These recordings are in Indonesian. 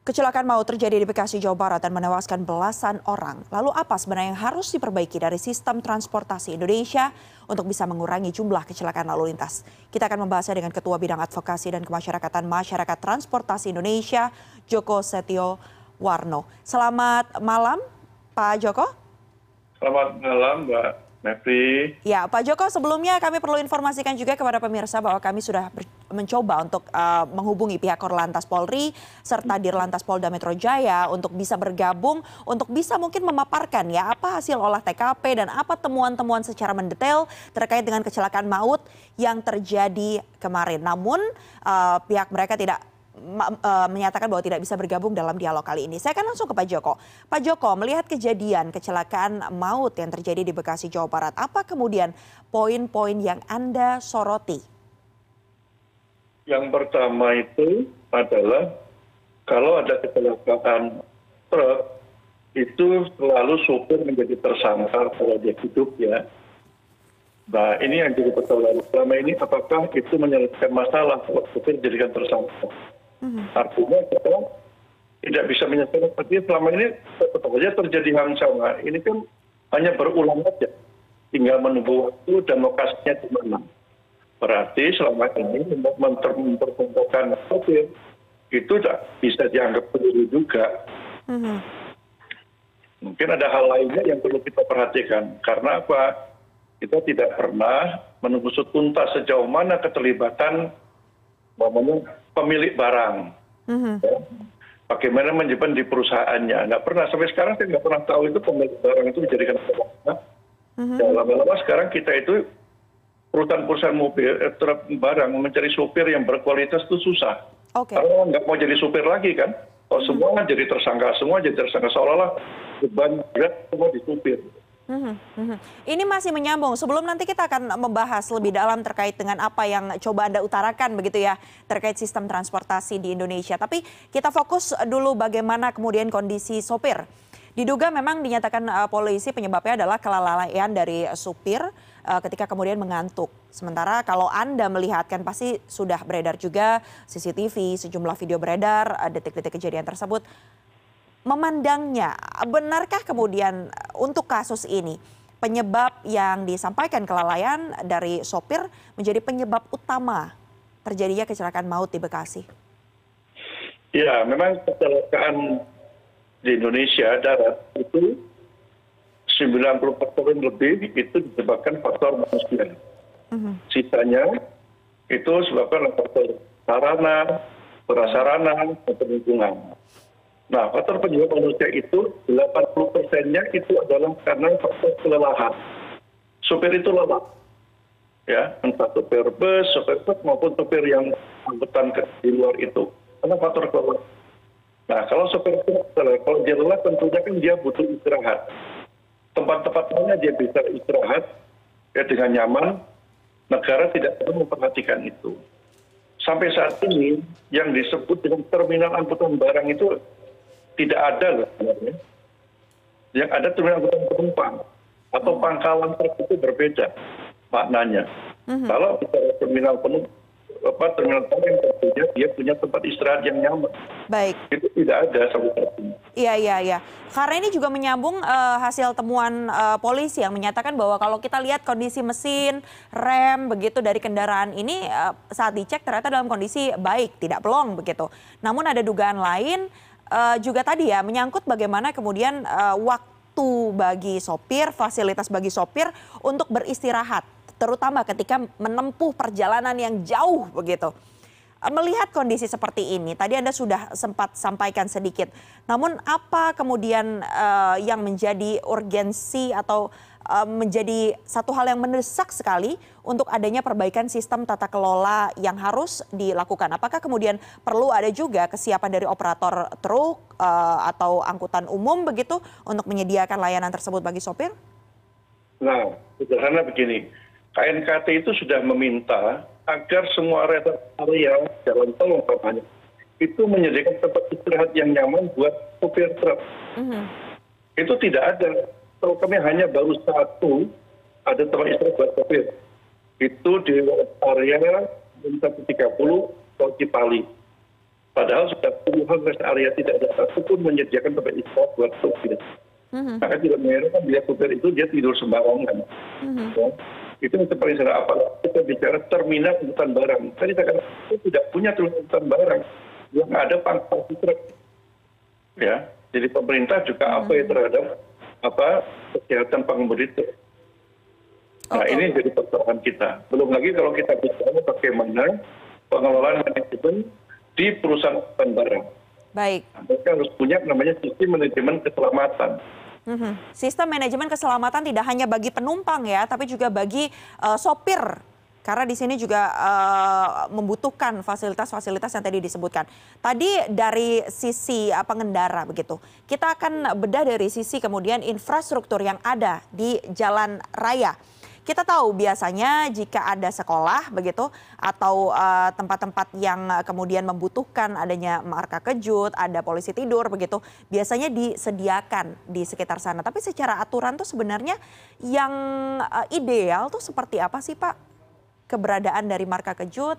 Kecelakaan maut terjadi di Bekasi, Jawa Barat dan menewaskan belasan orang. Lalu apa sebenarnya yang harus diperbaiki dari sistem transportasi Indonesia untuk bisa mengurangi jumlah kecelakaan lalu lintas? Kita akan membahasnya dengan Ketua Bidang Advokasi dan Kemasyarakatan Masyarakat Transportasi Indonesia, Joko Setio Warno. Selamat malam, Pak Joko. Selamat malam, Mbak Mevri. Ya, Pak Joko, sebelumnya kami perlu informasikan juga kepada pemirsa bahwa kami sudah mencoba untuk menghubungi pihak Korlantas Polri serta Dirlantas Polda Metro Jaya untuk bisa bergabung, untuk bisa mungkin memaparkan ya apa hasil olah TKP dan apa temuan-temuan secara mendetail terkait dengan kecelakaan maut yang terjadi kemarin. Namun pihak mereka tidak menyatakan bahwa tidak bisa bergabung dalam dialog kali ini. Saya akan langsung ke Pak Joko. Pak Joko, melihat kejadian kecelakaan maut yang terjadi di Bekasi, Jawa Barat, apa kemudian poin-poin yang Anda soroti? Yang pertama itu adalah kalau ada kecelakaan truk, itu selalu supir menjadi tersangka kalau dia hidup ya. Nah ini yang jadi persoalan selama ini, apakah itu menyelesaikan masalah kalau supir dijadikan tersangka? Artinya kita tidak bisa menyelesaikan, artinya selama ini tetap saja terjadi hal yang sama. Ini kan hanya berulang saja, tinggal menunggu waktu dan lokasinya di mana. Berarti selama ini mempertemukan sopir itu tidak bisa dianggap keliru juga. Mungkin ada hal lainnya yang perlu kita perhatikan. Karena apa? Kita tidak pernah menusut tuntas sejauh mana keterlibatan pemilik barang. Ya. Bagaimana menyimpan di perusahaannya. Nggak pernah, sampai sekarang saya nggak pernah tahu itu pemilik barang itu dijadikan tersangka. Ya, lama-lama sekarang kita itu perusahaan mobil, truk barang mencari supir yang berkualitas itu susah. Karena nggak mau jadi supir lagi kan. Kalau semua jadi tersangka, seolah-olah beban berat semua di supir. Ini masih menyambung. Sebelum nanti kita akan membahas lebih dalam terkait dengan apa yang coba Anda utarakan begitu ya terkait sistem transportasi di Indonesia. Tapi kita fokus dulu bagaimana kemudian kondisi sopir. Diduga memang dinyatakan polisi penyebabnya adalah kelalaian dari supir ketika kemudian mengantuk. Sementara kalau Anda melihat kan pasti sudah beredar juga CCTV, sejumlah video beredar detik-detik kejadian tersebut. Memandangnya, benarkah kemudian untuk kasus ini penyebab yang disampaikan kelalaian dari sopir menjadi penyebab utama terjadinya kecelakaan maut di Bekasi? Ya, memang kecelakaan di Indonesia darat itu 90% lebih itu disebabkan faktor manusia. Sisanya itu disebabkan faktor sarana, prasarana, atau lingkungan. Nah, faktor penyebab manusia itu 80%-nya itu adalah karena faktor kelelahan. Supir itu lelah. Ya, entah supir bus, supir truk maupun supir yang angkutan di luar itu. Karena faktor kelelahan. Nah, kalau supir truk, kalau dia lelah tentunya kan dia butuh istirahat. Tempat-tempat mana dia bisa istirahat ya dengan nyaman, negara tidak perlu memperhatikan itu. Sampai saat ini yang disebut dengan terminal angkutan barang itu tidak ada loh sebenarnya. Yang ada terminal angkutan penumpang atau pangkalan truk itu berbeda maknanya. Kalau bicara terminal terminal yang tentunya dia punya tempat istirahat yang nyaman. Baik. Itu tidak ada sampai saat ini. Iya. Karena ini juga menyambung hasil temuan polisi yang menyatakan bahwa kalau kita lihat kondisi mesin, rem begitu dari kendaraan ini saat dicek ternyata dalam kondisi baik, tidak pelong begitu. Namun ada dugaan lain juga tadi ya menyangkut bagaimana kemudian waktu bagi sopir, fasilitas bagi sopir untuk beristirahat, terutama ketika menempuh perjalanan yang jauh begitu. Melihat kondisi seperti ini, tadi Anda sudah sempat sampaikan sedikit. Namun apa kemudian yang menjadi urgensi atau menjadi satu hal yang mendesak sekali untuk adanya perbaikan sistem tata kelola yang harus dilakukan? Apakah kemudian perlu ada juga kesiapan dari operator truk atau angkutan umum begitu untuk menyediakan layanan tersebut bagi sopir? Nah, sederhana begini. KNKT itu sudah meminta agar semua rest area jalan tol umpamanya itu menyediakan tempat istirahat yang nyaman buat sopir truk. Itu tidak ada. Kalau kami hanya baru satu ada tempat istirahat buat sopir. Itu di area 130 Tol Cipali. Padahal sudah puluhan rest area tidak ada satupun menyediakan tempat istirahat buat supir. Maka tidak mengherankan dia supir itu dia tidur sembarangan. Ya. Itu yang paling sederhana. Apalagi kita bicara terminal angkutan barang. Tadi saya katakan itu tidak punya terminal angkutan barang. Yang ada pangkal truk. Ya. Jadi pemerintah juga apa ya terhadap kesehatan pengemudi truk. Nah ini jadi persoalan kita. Belum lagi kalau kita bicara bagaimana pengelolaan manajemen di perusahaan angkutan barang. Baik. Mereka harus punya namanya sistem manajemen keselamatan. Sistem manajemen keselamatan tidak hanya bagi penumpang ya, tapi juga bagi sopir. Karena di sini juga membutuhkan fasilitas-fasilitas yang tadi disebutkan. Tadi dari sisi pengendara begitu, kita akan bedah dari sisi kemudian infrastruktur yang ada di jalan raya. Kita tahu biasanya jika ada sekolah begitu atau tempat-tempat yang kemudian membutuhkan adanya marka kejut, ada polisi tidur begitu, biasanya disediakan di sekitar sana. Tapi secara aturan tuh sebenarnya yang ideal tuh seperti apa sih Pak? Keberadaan dari marka kejut?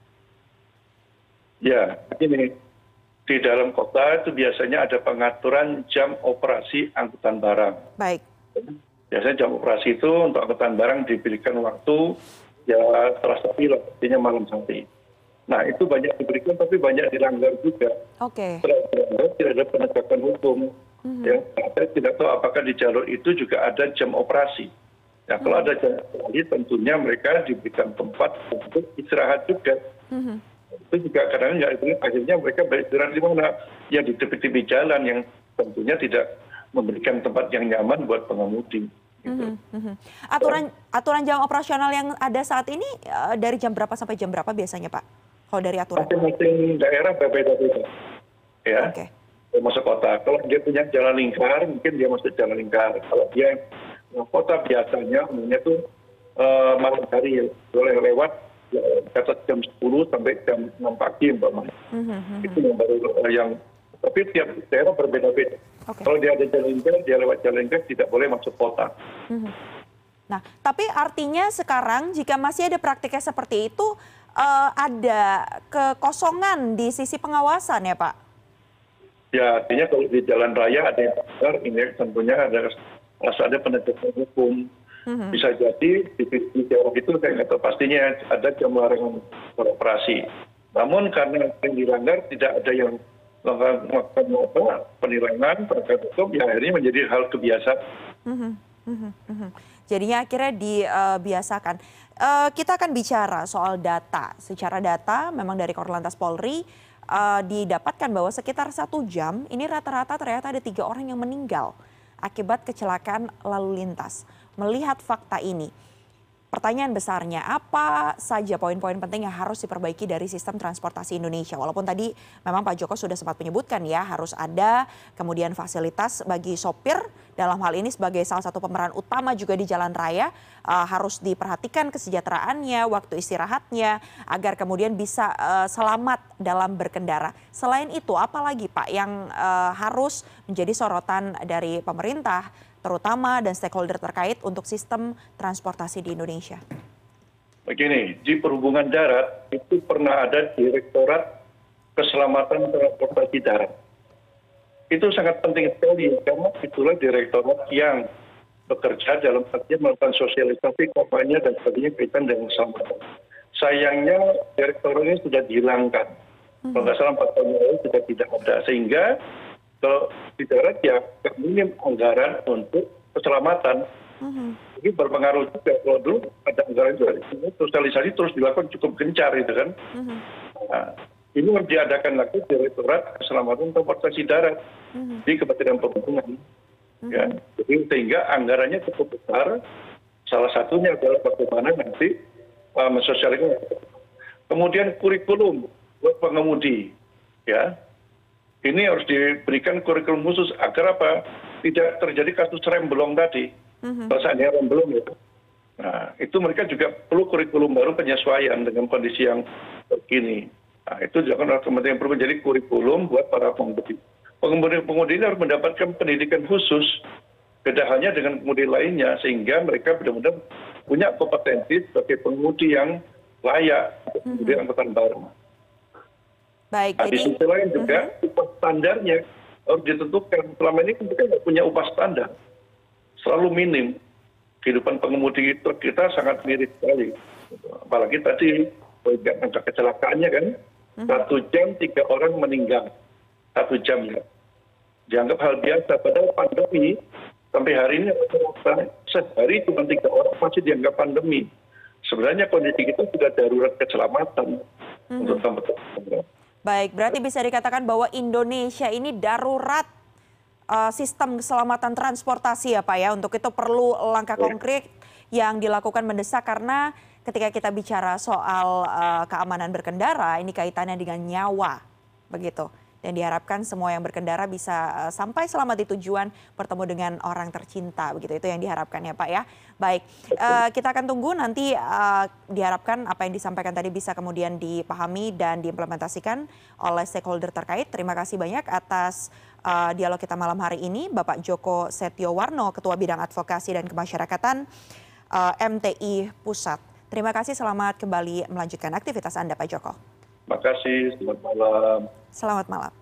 Ya, begini. Di dalam kota itu biasanya ada pengaturan jam operasi angkutan barang. Baik. Biasanya jam operasi itu untuk angkutan barang diberikan waktu ya setelah sepi lah, artinya malam hari. Nah itu banyak diberikan tapi banyak dilanggar juga. Oke. Setelah dilanggar tidak ada penegakan hukum. Ya, saya tidak tahu apakah di jalur itu juga ada jam operasi. Ya kalau ada jam operasi tentunya mereka diberikan tempat untuk istirahat juga. Itu juga kadang nggak itu akhirnya mereka beristirahat di mana? Ya di tepi-tepi jalan yang tentunya tidak memberikan tempat yang nyaman buat pengemudi. Gitu. Aturan jam operasional yang ada saat ini dari jam berapa sampai jam berapa biasanya Pak? Kalau dari aturan? Masing-masing daerah berbeda-beda. Ya. Oke. Masuk kota. Kalau dia punya jalan lingkar, mungkin dia masuk jalan lingkar. Kalau dia kota biasanya umumnya tuh malam hari ya, boleh lewat ya, atas jam 10 sampai jam 6 pagi umpamanya. Itu yang baru yang tapi tiap daerah berbeda-beda. Okay. Kalau dia ada jalan lingkar, dia lewat jalan lingkar tidak boleh masuk kota. Nah, tapi artinya sekarang jika masih ada praktiknya seperti itu, ada kekosongan di sisi pengawasan ya Pak? Ya, artinya kalau di jalan raya ada yang besar, ini tentunya ada penegakan hukum. Bisa jadi di jauh itu saya nggak tahu pastinya ada jam larangan beroperasi. Namun karena yang dilanggar tidak ada yang melakukan penilangan terkait hukum, ya akhirnya menjadi hal kebiasaan. Jadinya akhirnya dibiasakan. Kita akan bicara soal data. Secara data memang dari Korlantas Polri didapatkan bahwa sekitar 1 jam ini rata-rata ternyata ada 3 orang yang meninggal akibat kecelakaan lalu lintas. Melihat fakta ini, pertanyaan besarnya, apa saja poin-poin penting yang harus diperbaiki dari sistem transportasi Indonesia? Walaupun tadi memang Pak Joko sudah sempat menyebutkan ya, harus ada kemudian fasilitas bagi sopir, dalam hal ini sebagai salah satu pemeran utama juga di jalan raya, harus diperhatikan kesejahteraannya, waktu istirahatnya, agar kemudian bisa selamat dalam berkendara. Selain itu, apa lagi Pak yang harus menjadi sorotan dari pemerintah, terutama dan stakeholder terkait untuk sistem transportasi di Indonesia? Begini, di perhubungan darat itu pernah ada Direktorat Keselamatan Transportasi Darat. Itu sangat penting sekali karena itulah direktorat yang bekerja dalam artian melakukan sosialisasi, kampanye dan sebagainya kaitan dengan keselamatan. Sayangnya direktorat ini sudah dihilangkan. Kalau nggak salah 4 tahun lalu sudah tidak ada, sehingga kalau di darat ya minim anggaran untuk keselamatan. Ini berpengaruh juga kalau dulu ada anggaran itu sosialisasi terus dilakukan cukup gencar gitu kan. Nah, ini harus diadakan lagi Direktorat Keselamatan Transportasi Darat di Kementerian Perhubungan. Ya, jadi sehingga anggarannya cukup besar. Salah satunya adalah bagaimana nanti mensosialisasikan. Kemudian kurikulum buat pengemudi, ya. Ini harus diberikan kurikulum khusus agar apa? Tidak terjadi kasus remblong tadi. Rasanya remblong itu. Nah, itu mereka juga perlu kurikulum baru penyesuaian dengan kondisi yang begini. Nah, itu dilakukan oleh Kementerian Perhubungan. Jadi kurikulum buat para pengemudi. Pengemudi ini harus mendapatkan pendidikan khusus. Beda halnya dengan pengemudi lainnya, sehingga mereka benar-benar punya kompetensi sebagai pengemudi yang layak untuk mengemudi angkutan barang. Baik, Nah, di jadi sisi lain juga upah standarnya harus ditentukan. Selama ini kita nggak punya upah standar, selalu minim. Kehidupan pengemudi truk kita sangat miris sekali. Apalagi tadi angka kecelakaannya kan, 1 jam 3 orang meninggal, 1 jam ya. Dianggap hal biasa, padahal pandemi sampai hari ini rata-rata sehari cuma 3 orang masih dianggap pandemi. Sebenarnya kondisi kita sudah darurat keselamatan untuk tempat-tempat. baik, berarti bisa dikatakan bahwa Indonesia ini darurat sistem keselamatan transportasi ya Pak ya. Untuk itu perlu langkah konkret yang dilakukan mendesak karena ketika kita bicara soal keamanan berkendara ini kaitannya dengan nyawa begitu. Dan diharapkan semua yang berkendara bisa sampai selamat di tujuan bertemu dengan orang tercinta begitu. Itu yang diharapkan ya Pak ya. Baik, kita akan tunggu nanti diharapkan apa yang disampaikan tadi bisa kemudian dipahami dan diimplementasikan oleh stakeholder terkait. Terima kasih banyak atas dialog kita malam hari ini Bapak Djoko Setiowarno, Ketua Bidang Advokasi dan Kemasyarakatan MTI Pusat. Terima kasih, selamat kembali melanjutkan aktivitas Anda Pak Djoko. Terima kasih, selamat malam. Selamat malam.